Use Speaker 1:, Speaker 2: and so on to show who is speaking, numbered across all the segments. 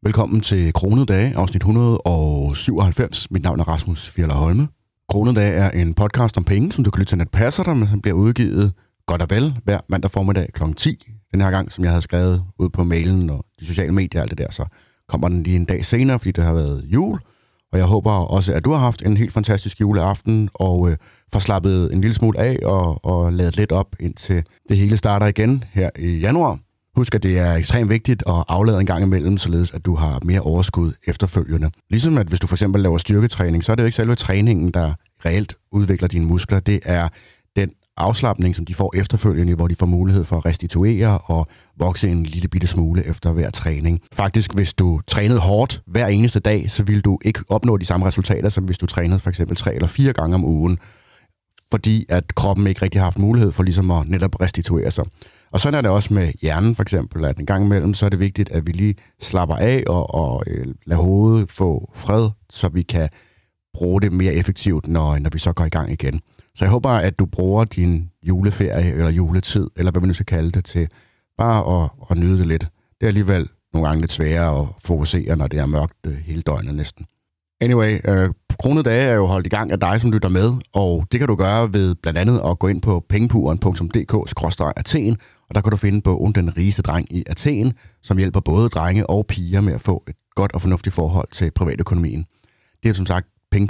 Speaker 1: Velkommen til Kronede Dage, afsnit 197. Mit navn er Rasmus Fjeller Holme. Kronede Dage er en podcast om penge, som du kan lytte til, når det passer dig, men som bliver udgivet godt og vel hver mandag formiddag kl. 10. Den her gang, som jeg havde skrevet ud på mailen og de sociale medier og alt det der, så kommer den lige en dag senere, fordi det har været jul. Og jeg håber også, at du har haft en helt fantastisk juleaften og får slappet en lille smule af og ladet lidt op, indtil det hele starter igen her i januar. Husk, at det er ekstremt vigtigt at aflade en gang imellem, således at du har mere overskud efterfølgende. Ligesom at hvis du for eksempel laver styrketræning, så er det jo ikke selve træningen, der reelt udvikler dine muskler. Det er den afslapning, som de får efterfølgende, hvor de får mulighed for at restituere og vokse en lille bitte smule efter hver træning. Faktisk, hvis du trænede hårdt hver eneste dag, så vil du ikke opnå de samme resultater, som hvis du trænede for eksempel 3 eller 4 gange om ugen, fordi at kroppen ikke rigtig har haft mulighed for ligesom at netop restituere sig. Og sådan er det også med hjernen for eksempel, at en gang imellem, så er det vigtigt, at vi lige slapper af og lader hovedet få fred, så vi kan bruge det mere effektivt, når vi så går i gang igen. Så jeg håber, at du bruger din juleferie eller juletid, eller hvad vi nu skal kalde det, til bare at nyde det lidt. Det er alligevel nogle gange lidt sværere at fokusere, når det er mørkt hele døgnet næsten. Anyway, Kronede Dage er jo holdt i gang af dig, som lytter med, og det kan du gøre ved blandt andet at gå ind på pengepuren.dk/Athen, og der kan du finde bogen Den rigeste dreng i Athen, som hjælper både drenge og piger med at få et godt og fornuftigt forhold til privatøkonomien. Det er som sagt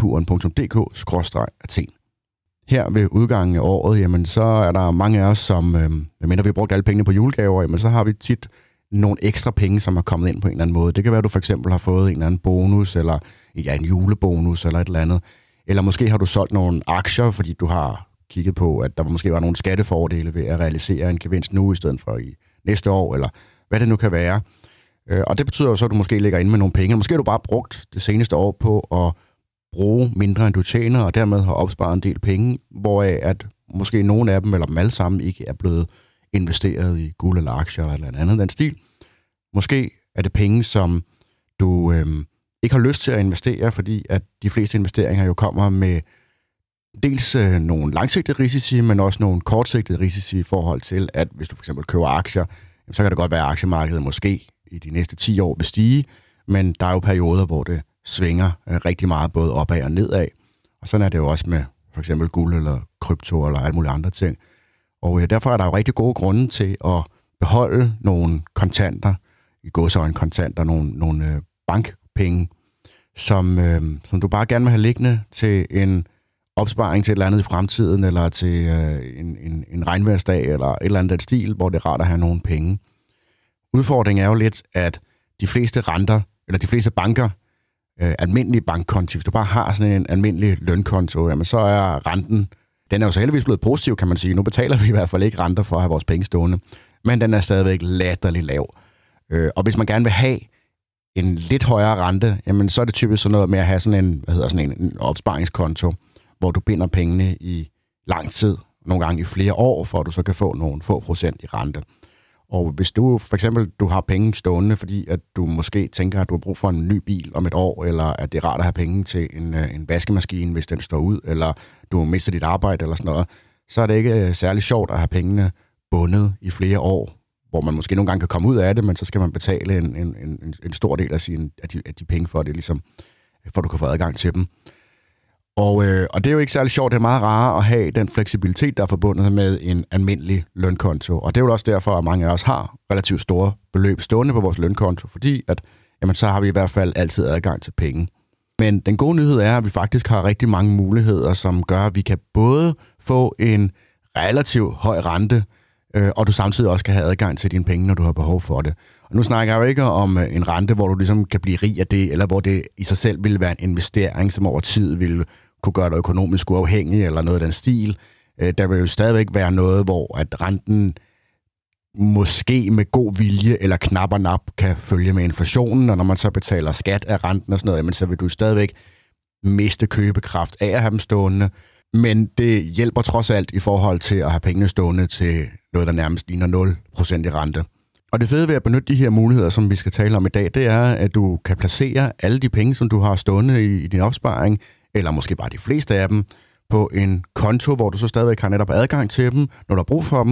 Speaker 1: pengepuren.dk/Athen. Her ved udgangen af året, jamen, så er der mange af os, som, medmindre vi har brugt alle pengene på julegaver, jamen, så har vi tit nogle ekstra penge, som er kommet ind på en eller anden måde. Det kan være, at du for eksempel har fået en eller anden bonus, eller en julebonus, eller et eller andet. Eller måske har du solgt nogle aktier, fordi du har kigget på, at der måske var nogle skattefordele ved at realisere en gevinst nu, i stedet for i næste år, eller hvad det nu kan være. Og det betyder jo så, at du måske ligger inde med nogle penge. Måske har du bare brugt det seneste år på at bruge mindre, end du tjener, og dermed har opsparet en del penge, hvoraf at måske nogle af dem, eller dem alle sammen, ikke er blevet investeret i guld eller aktier eller et andet den stil. Måske er det penge, som du ikke har lyst til at investere, fordi at de fleste investeringer jo kommer med dels nogle langsigtede risici, men også nogle kortsigtede risici i forhold til, at hvis du for eksempel køber aktier, så kan det godt være, at aktiemarkedet måske i de næste 10 år vil stige, men der er jo perioder, hvor det svinger rigtig meget, både opad og nedad. Og sådan er det jo også med for eksempel guld eller krypto eller alle mulige andre ting. Og derfor er der jo rigtig gode grunde til at beholde nogle kontanter, i gåseøjne kontanter, nogle bankpenge, som du bare gerne vil have liggende til en opsparing til et eller andet i fremtiden, eller til en regnvejrsdag, eller et eller andet den stil, hvor det er rart at have nogle penge. Udfordringen er jo lidt, at de fleste renter, eller de fleste banker, almindelige bankkonti, hvis du bare har sådan en almindelig lønkonto, jamen så er renten, den er jo så heldigvis blevet positiv, kan man sige. Nu betaler vi i hvert fald ikke renter for at have vores penge stående, men den er stadigvæk latterligt lav. Og hvis man gerne vil have en lidt højere rente, jamen så er det typisk sådan noget med at have sådan en opsparingskonto, hvor du binder pengene i lang tid, nogle gange i flere år, for at du så kan få nogle få procent i rente. Og hvis du for eksempel har penge stående, fordi at du måske tænker, at du har brug for en ny bil om et år, eller at det er rart at have penge til en vaskemaskine, hvis den står ud, eller du mister dit arbejde eller sådan noget, så er det ikke særlig sjovt at have pengene bundet i flere år, hvor man måske nogle gange kan komme ud af det, men så skal man betale en stor del af de penge for det, ligesom, for at du kan få adgang til dem. Og det er jo ikke særlig sjovt. Det er meget rarere at have den fleksibilitet, der er forbundet med en almindelig lønkonto. Og det er jo også derfor, at mange af os har relativt store beløb stående på vores lønkonto, fordi at, jamen, så har vi i hvert fald altid adgang til penge. Men den gode nyhed er, at vi faktisk har rigtig mange muligheder, som gør, at vi kan både få en relativt høj rente, og du samtidig også kan have adgang til dine penge, når du har behov for det. Og nu snakker jeg jo ikke om en rente, hvor du ligesom kan blive rig af det, eller hvor det i sig selv vil være en investering, som over tid vil kunne gøre dig økonomisk uafhængig, eller noget af den stil. Der vil jo stadigvæk være noget, hvor at renten måske med god vilje eller knap og nap kan følge med inflationen, og når man så betaler skat af renten og sådan noget, jamen, så vil du stadigvæk miste købekraft af at have dem stående. Men det hjælper trods alt i forhold til at have pengene stående til noget, der nærmest ligner 0% i rente. Og det fede ved at benytte de her muligheder, som vi skal tale om i dag, det er, at du kan placere alle de penge, som du har stående i din opsparing, eller måske bare de fleste af dem, på en konto, hvor du så stadigvæk har netop adgang til dem, når du har brug for dem,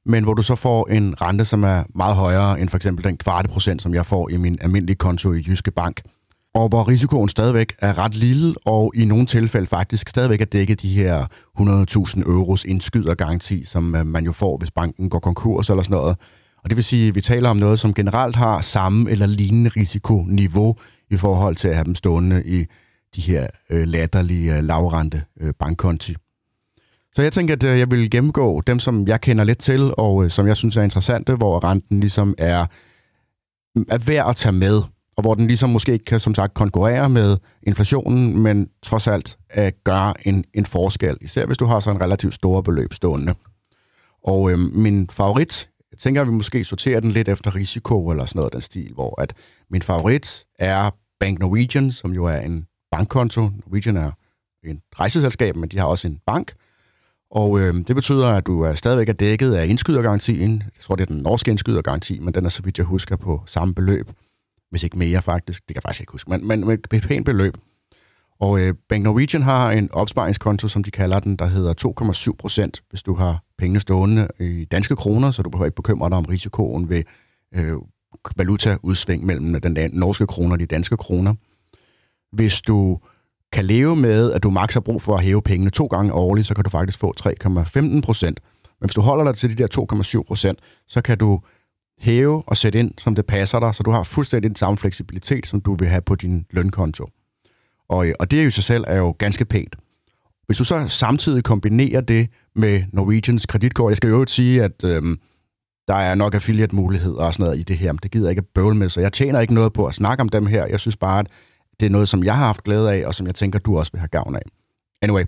Speaker 1: men hvor du så får en rente, som er meget højere end for eksempel den 0,25%, som jeg får i min almindelige konto i Jyske Bank. Og hvor risikoen stadigvæk er ret lille, og i nogle tilfælde faktisk stadigvæk er dækket de her 100.000 euros indskydergaranti, som man jo får, hvis banken går konkurs eller sådan noget. Og det vil sige, at vi taler om noget, som generelt har samme eller lignende risikoniveau i forhold til at have dem stående i de her latterlige lavrente bankkonti. Så jeg tænker, at jeg vil gennemgå dem, som jeg kender lidt til, og som jeg synes er interessante, hvor renten ligesom er værd at tage med, og hvor den ligesom måske ikke kan, som sagt, konkurrere med inflationen, men trods alt gøre en forskel, især hvis du har så en relativt store beløb stående. Og min favorit, jeg tænker, at vi måske sorterer den lidt efter risiko eller sådan noget den stil, hvor at min favorit er Bank Norwegian, som jo er en bankkonto. Norwegian er et rejseselskab, men de har også en bank. Og det betyder, at du stadigvæk er dækket af indskydergarantien. Jeg tror, det er den norske indskydergaranti, men den er, så vidt jeg husker, på samme beløb. Hvis ikke mere, faktisk. Det kan jeg faktisk ikke huske, men med et pænt beløb. Og Bank Norwegian har en opsparingskonto, som de kalder den, der hedder 2,7%, hvis du har pengene stående i danske kroner, så du behøver ikke bekymre dig om risikoen ved valutaudsving mellem den norske kroner og de danske kroner. Hvis du kan leve med, at du maks har brug for at hæve pengene 2 gange årligt, så kan du faktisk få 3,15%. Men hvis du holder dig til de der 2,7%, så kan du hæve og sætte ind, som det passer dig, så du har fuldstændig den samme fleksibilitet, som du vil have på din lønkonto. Og det i sig selv er jo ganske pænt. Hvis du så samtidig kombinerer det med Norwegians kreditkort, jeg skal jo sige, at der er nok affiliate-muligheder og sådan noget i det her, men det gider jeg ikke bøvle med, så jeg tjener ikke noget på at snakke om dem her. Jeg synes bare, at det er noget, som jeg har haft glæde af, og som jeg tænker, du også vil have gavn af. Anyway,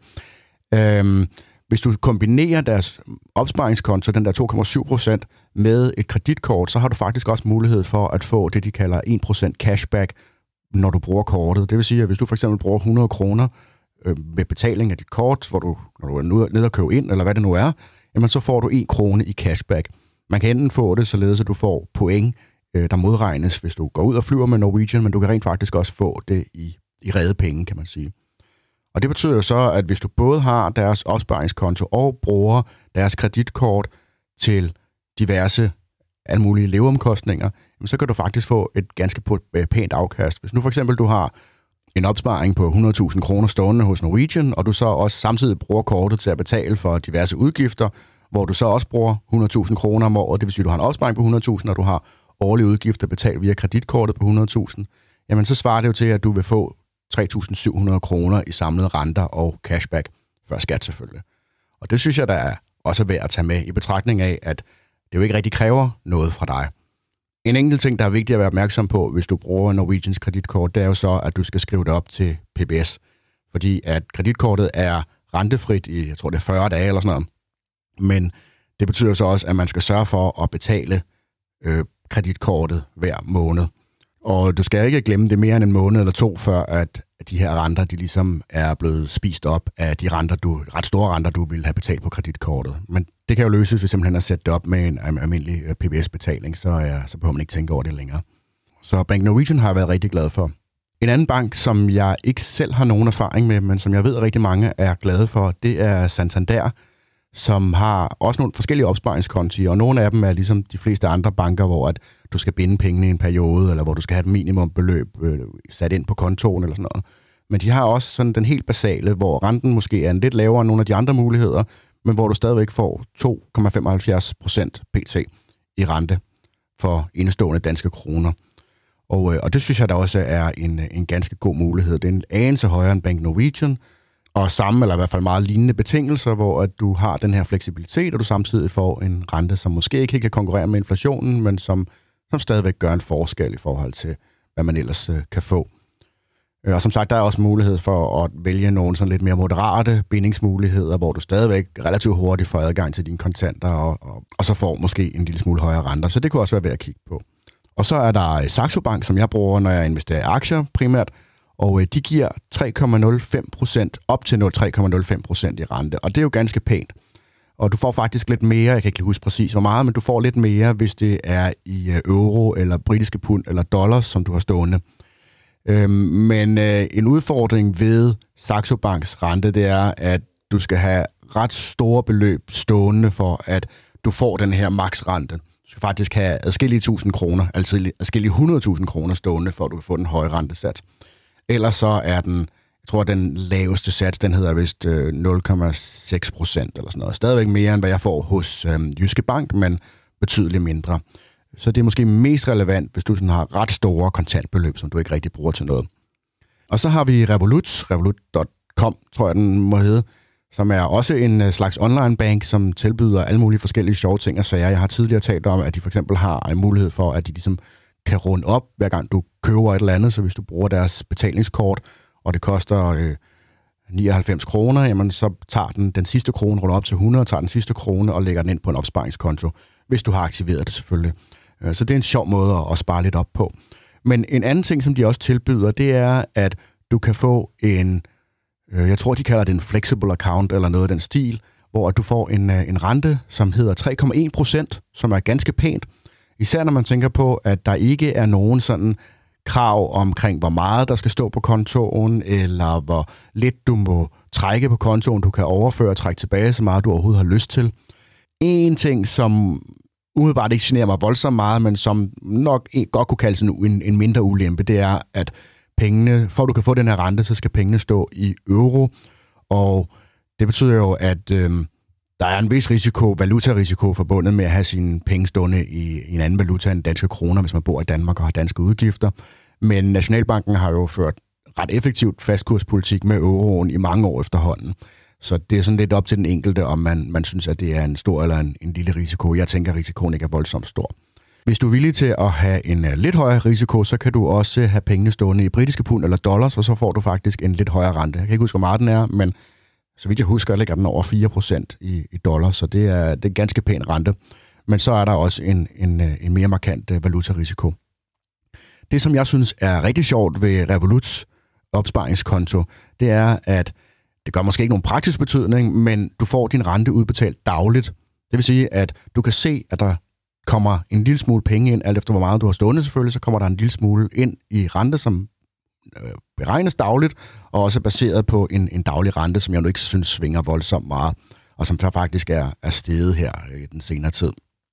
Speaker 1: hvis du kombinerer deres opsparingskonto, den der 2,7%, med et kreditkort, så har du faktisk også mulighed for at få det, de kalder 1% cashback, når du bruger kortet. Det vil sige, at hvis du for eksempel bruger 100 kroner med betaling af dit kort, når du er nede og købe ind, eller hvad det nu er, jamen så får du 1 krone i cashback. Man kan enten få det, således at du får point, der modregnes, hvis du går ud og flyver med Norwegian, men du kan rent faktisk også få det i rede penge, kan man sige. Og det betyder jo så, at hvis du både har deres opsparingskonto og bruger deres kreditkort til diverse alle mulige leveomkostninger, så kan du faktisk få et ganske pænt afkast. Hvis nu for eksempel du har en opsparing på 100.000 kroner stående hos Norwegian, og du så også samtidig bruger kortet til at betale for diverse udgifter, hvor du så også bruger 100.000 kroner om året, det vil sige, at du har en opsparing på 100.000, og du har årlige udgifter betalt via kreditkortet på 100.000, jamen så svarer det jo til, at du vil få 3.700 kroner i samlede renter og cashback, før skat selvfølgelig. Og det synes jeg, der er også værd at tage med i betragtning af, at det jo ikke rigtig kræver noget fra dig. En enkelt ting, der er vigtigt at være opmærksom på, hvis du bruger Norwegians kreditkort, det er jo så, at du skal skrive det op til PBS. Fordi at kreditkortet er rentefrit i, jeg tror det er 40 dage eller sådan noget. Men det betyder så også, at man skal sørge for at betale kreditkortet hver måned. Og du skal ikke glemme det mere end en måned eller 2, før at de her renter, de ligesom er blevet spist op af de renter, ret store renter, du ville have betalt på kreditkortet. Men det kan jo løses ved simpelthen at sætte det op med en almindelig PBS-betaling, så behøver man ikke tænke over det længere. Så Bank Norwegian har jeg været rigtig glad for. En anden bank, som jeg ikke selv har nogen erfaring med, men som jeg ved, at rigtig mange er glade for, det er Santander, som har også nogle forskellige opsparingskonti, og nogle af dem er ligesom de fleste andre banker, hvor at du skal binde pengene i en periode, eller hvor du skal have et minimumbeløb sat ind på kontoen eller sådan noget. Men de har også sådan den helt basale, hvor renten måske er en lidt lavere end nogle af de andre muligheder, men hvor du stadigvæk får 2,75% pt. I rente for indestående danske kroner. Og det synes jeg da også er en ganske god mulighed. Det er en anelse højere end Bank Norwegian, og samme, eller i hvert fald meget lignende betingelser, hvor at du har den her fleksibilitet, og du samtidig får en rente, som måske ikke kan konkurrere med inflationen, men som stadigvæk gør en forskel i forhold til, hvad man ellers kan få. Og som sagt, der er også mulighed for at vælge nogle sådan lidt mere moderate bindingsmuligheder, hvor du stadigvæk relativt hurtigt får adgang til dine kontanter, og så får måske en lille smule højere renter. Så det kunne også være værd at kigge på. Og så er der Saxo Bank, som jeg bruger, når jeg investerer i aktier primært, og de giver 3,05% op til 3,05% i rente, og det er jo ganske pænt. Og du får faktisk lidt mere, jeg kan ikke huske præcis hvor meget, men du får lidt mere, hvis det er i euro, eller britiske pund, eller dollars, som du har stående. Men en udfordring ved Saxo Banks rente, det er, at du skal have ret store beløb stående for, at du får den her maksrente. Du skal faktisk have adskillige 1.000 kroner, altså adskillige 100.000 kroner stående, for at du kan få den høje rentesats. Ellers så er den, jeg tror, den laveste sats, den hedder vist 0,6% eller sådan noget. Stadigvæk mere, end hvad jeg får hos Jyske Bank, men betydeligt mindre. Så det er måske mest relevant, hvis du sådan har ret store kontantbeløb, som du ikke rigtig bruger til noget. Og så har vi revolut.com, tror jeg den må hedde, som er også en slags online bank, som tilbyder alle mulige forskellige sjove ting og sager. Jeg har tidligere talt om, at de for eksempel har en mulighed for, at de ligesom kan runde op, hver gang du køber et eller andet. Så hvis du bruger deres betalingskort, og det koster 99 kroner, jamen så tager den sidste krone, runder op til 100, tager den sidste krone og lægger den ind på en opsparingskonto, hvis du har aktiveret det selvfølgelig. Så det er en sjov måde at spare lidt op på. Men en anden ting, som de også tilbyder, det er, at du kan få en, jeg tror, de kalder det en flexible account eller noget af den stil, hvor du får en rente, som hedder 3,1%, som er ganske pænt. Især når man tænker på, at der ikke er nogen sådan krav omkring, hvor meget der skal stå på kontoen, eller hvor lidt du må trække på kontoen. Du kan overføre og trække tilbage, så meget du overhovedet har lyst til. En ting, som umiddelbart ikke generer mig voldsomt meget, men som nok godt kunne kaldes en mindre ulempe, det er, at pengene, for at du kan få den her rente, så skal pengene stå i euro, og det betyder jo, at der er en vis valutarisiko forbundet med at have sine penge stående i en anden valuta end danske kroner, hvis man bor i Danmark og har danske udgifter. Men Nationalbanken har jo ført ret effektivt fastkurspolitik med euroen i mange år efterhånden. Så det er sådan lidt op til den enkelte, om man synes, at det er en stor eller en lille risiko. Jeg tænker, at risikoen ikke er voldsomt stor. Hvis du er villig til at have en lidt højere risiko, så kan du også have pengene stående i britiske pund eller dollars, og så får du faktisk en lidt højere rente. Jeg kan ikke huske, hvor meget den er, men så vidt jeg husker, ligger den over 4% i dollar, så det er en ganske pæn rente. Men så er der også en mere markant valutarisiko. Det, som jeg synes er rigtig sjovt ved Revoluts opsparingskonto, det er, at det gør måske ikke nogen praktisk betydning, men du får din rente udbetalt dagligt. Det vil sige, at du kan se, at der kommer en lille smule penge ind, alt efter hvor meget du har stående selvfølgelig, så kommer der en lille smule ind i rente, som beregnes dagligt, og også baseret på en daglig rente, som jeg nu ikke synes svinger voldsomt meget, og som faktisk er steget her i den senere tid.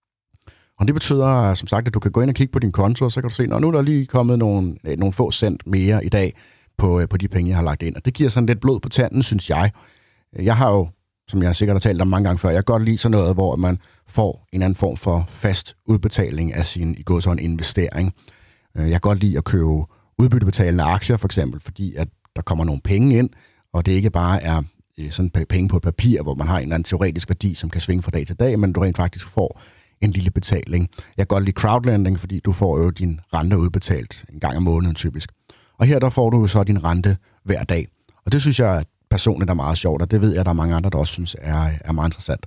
Speaker 1: Og det betyder, som sagt, at du kan gå ind og kigge på din konto, og så kan du se, nu er der lige kommet nogle få cent mere i dag på de penge, jeg har lagt ind. Og det giver sådan lidt blod på tanden, synes jeg. Jeg har jo, som jeg sikkert har talt om mange gange før, jeg kan godt lide sådan noget, hvor man får en anden form for fast udbetaling af sin investering. Jeg kan godt lide at købe udbyttebetalende aktier, for eksempel, fordi at der kommer nogle penge ind, og det ikke bare er sådan penge på et papir, hvor man har en eller anden teoretisk værdi, som kan svinge fra dag til dag, men du rent faktisk får en lille betaling. Jeg kan godt lide crowdlending, fordi du får jo din rente udbetalt en gang om måneden typisk. Og her der får du jo så din rente hver dag. Og det synes jeg personligt er meget sjovt, og det ved jeg, at der er mange andre, der også synes er meget interessant.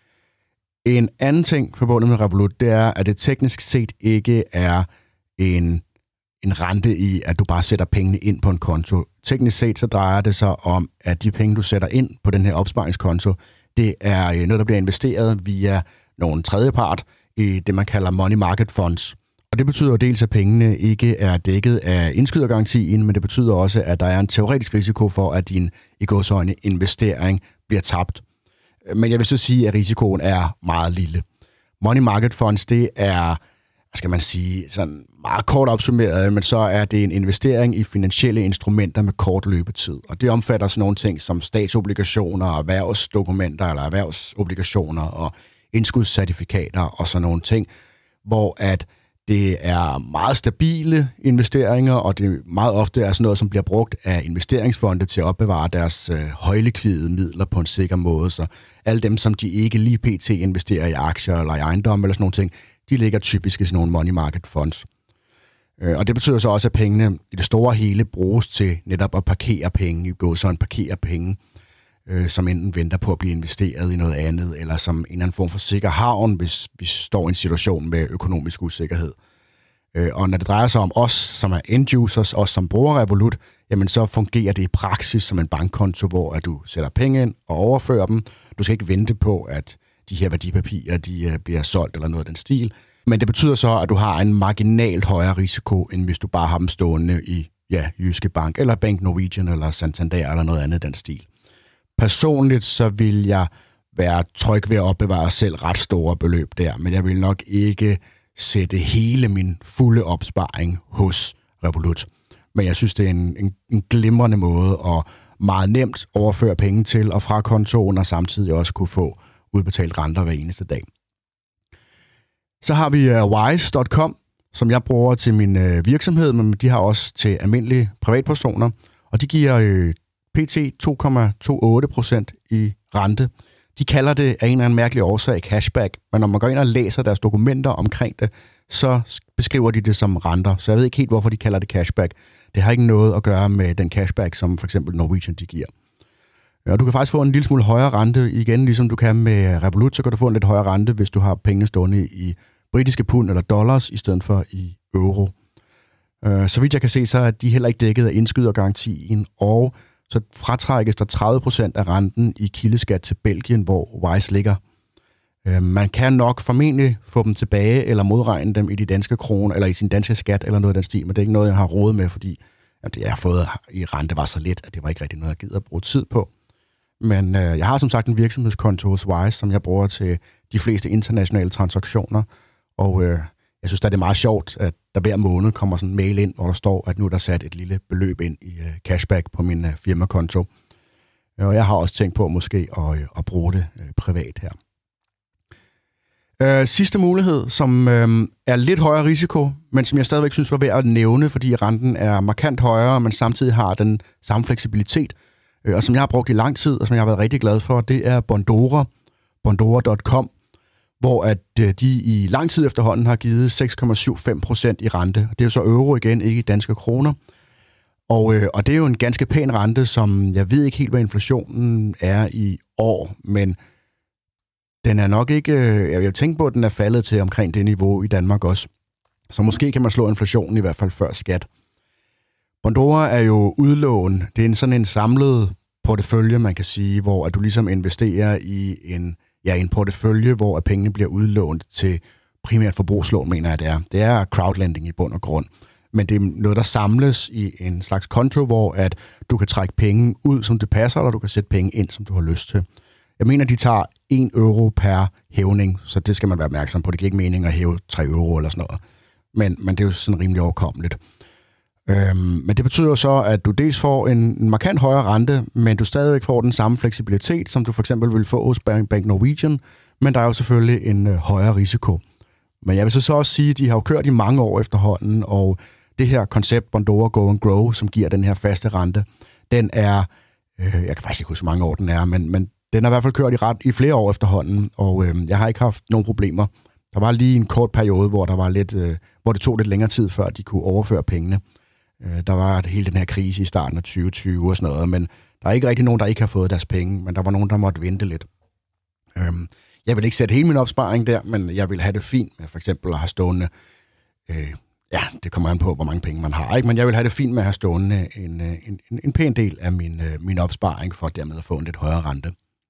Speaker 1: En anden ting forbundet med Revolut, det er, at det teknisk set ikke er en rente i, at du bare sætter pengene ind på en konto. Teknisk set så drejer det sig om, at de penge, du sætter ind på den her opsparingskonto, det er noget, der bliver investeret via nogen tredjepart i det, man kalder money market funds. Og det betyder dels, at pengene ikke er dækket af indskydergarantien, men det betyder også, at der er en teoretisk risiko for, at din investering bliver tabt. Men jeg vil så sige, at risikoen er meget lille. Money market funds, det er, skal man sige, sådan meget kort opsummeret, men så er det en investering i finansielle instrumenter med kort løbetid. Og det omfatter sådan nogle ting som statsobligationer, erhvervsdokumenter eller erhvervsobligationer og indskudscertifikater og sådan nogle ting, hvor at det er meget stabile investeringer, og det meget ofte er sådan noget, som bliver brugt af investeringsfonde til at opbevare deres højlikvide midler på en sikker måde. Så alle dem, som de ikke lige pt. Investerer i aktier eller i ejendom eller sådan nogle ting, de ligger typisk i sådan nogle money market funds. Og det betyder så også, at pengene i det store hele bruges til netop at parkere penge, parkere penge, som enten venter på at blive investeret i noget andet, eller som en eller anden form for sikker havn, hvis vi står i en situation med økonomisk usikkerhed. Og når det drejer sig om os, som er end-users, os som bruger Revolut, jamen så fungerer det i praksis som en bankkonto, hvor at du sætter penge ind og overfører dem. Du skal ikke vente på, at de her værdipapirer de bliver solgt eller noget af den stil. Men det betyder så, at du har en marginalt højere risiko, end hvis du bare har dem stående i Jyske Bank, eller Bank Norwegian, eller Santander, eller noget andet den stil. Personligt så vil jeg være tryg ved at opbevare selv ret store beløb der, men jeg vil nok ikke sætte hele min fulde opsparing hos Revolut. Men jeg synes, det er en glimrende måde at meget nemt overføre penge til og fra kontoen, og samtidig også kunne få udbetalt renter hver eneste dag. Så har vi Wise.com, som jeg bruger til min virksomhed, men de har også til almindelige privatpersoner, og de giver pt. 2,28% i rente. De kalder det af en eller anden mærkelig årsag cashback, men når man går ind og læser deres dokumenter omkring det, så beskriver de det som renter. Så jeg ved ikke helt, hvorfor de kalder det cashback. Det har ikke noget at gøre med den cashback, som for eksempel Norwegian de giver. Og du kan faktisk få en lille smule højere rente igen, ligesom du kan med Revolut, så kan du få en lidt højere rente, hvis du har pengene stående i britiske pund eller dollars, i stedet for i euro. Så vidt jeg kan se, så er de heller ikke dækket af indskydergarantien, og så fratrækkes der 30% af renten i kildeskat til Belgien, hvor Wise ligger. Man kan nok formentlig få dem tilbage, eller modregne dem i de danske kroner, eller i sin danske skat, eller noget af den stil, men det er ikke noget, jeg har rådet med, fordi det, jeg har fået i rente var så let, at det var ikke rigtig noget, jeg gider at bruge tid på. Men jeg har som sagt en virksomhedskonto hos Wise, som jeg bruger til de fleste internationale transaktioner, og jeg synes, det er meget sjovt, at der hver måned kommer sådan en mail ind, hvor der står, at nu er der sat et lille beløb ind i cashback på min firmakonto. Og jeg har også tænkt på måske at bruge det privat her. Sidste mulighed, som er lidt højere risiko, men som jeg stadigvæk synes var værd at nævne, fordi renten er markant højere, men samtidig har den samme fleksibilitet, og som jeg har brugt i lang tid, og som jeg har været rigtig glad for, det er Bondora, Bondora.com, hvor at de i lang tid efterhånden har givet 6,75% i rente. Det er jo så euro igen, ikke i danske kroner. Og det er jo en ganske pæn rente, som jeg ved ikke helt, hvad inflationen er i år, men den er nok ikke... Jeg vil tænke på, at den er faldet til omkring det niveau i Danmark også. Så måske kan man slå inflationen i hvert fald før skat. Bondora er jo udlån. Det er sådan en samlet portefølje, man kan sige, hvor at du ligesom investerer i en portefølje, hvor pengene bliver udlånt til primært forbrugslån, mener jeg det er. Det er crowdlending i bund og grund. Men det er noget, der samles i en slags konto, hvor at du kan trække penge ud, som det passer, og du kan sætte penge ind, som du har lyst til. Jeg mener, de tager 1 euro per hævning, så det skal man være opmærksom på. Det giver ikke mening at hæve 3 euro eller sådan noget. Men det er jo sådan rimelig overkommeligt. Men det betyder jo så, at du dels får en markant højere rente, men du stadigvæk får den samme fleksibilitet, som du for eksempel vil få hos Bank Norwegian, men der er jo selvfølgelig en højere risiko. Men jeg vil så også sige, at de har jo kørt i mange år efterhånden, og det her koncept Bondora Go and Grow, som giver den her faste rente, den er, jeg kan faktisk ikke huske, hvor mange år den er, men den har i hvert fald kørt i flere år efterhånden, og jeg har ikke haft nogen problemer. Der var lige en kort periode, hvor der var lidt, hvor det tog lidt længere tid, før de kunne overføre pengene. Der var hele den her krise i starten af 2020 og sådan noget, men der er ikke rigtig nogen, der ikke har fået deres penge, men der var nogen, der måtte vente lidt. Jeg vil ikke sætte hele min opsparing der, men jeg vil have det fint med for eksempel at have stående, det kommer an på, hvor mange penge man har, ikke? Men jeg vil have det fint med at have stående en pæn del af min opsparing, for dermed at få en lidt højere rente.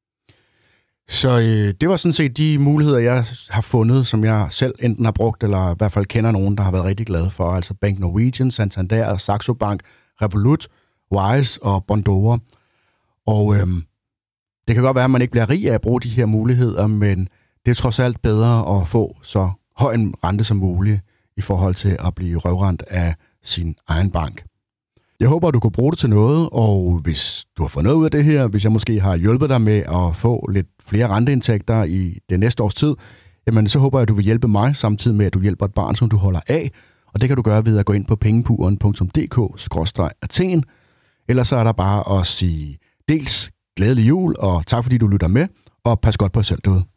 Speaker 1: Så det var sådan set de muligheder, jeg har fundet, som jeg selv enten har brugt, eller i hvert fald kender nogen, der har været rigtig glade for. Altså Bank Norwegian, Santander, Saxo Bank, Revolut, Wise og Bondora. Og det kan godt være, at man ikke bliver rig af at bruge de her muligheder, men det er trods alt bedre at få så høj en rente som muligt i forhold til at blive røvrendt af sin egen bank. Jeg håber, at du kunne bruge det til noget, og hvis du har fået noget ud af det her, hvis jeg måske har hjulpet dig med at få lidt flere renteindtægter i det næste års tid, jamen så håber jeg, at du vil hjælpe mig, samtidig med, at du hjælper et barn, som du holder af. Og det kan du gøre ved at gå ind på pengepuren.dk/Athen. Ellers så er der bare at sige dels glædelig jul, og tak fordi du lytter med, og pas godt på dig selv derude.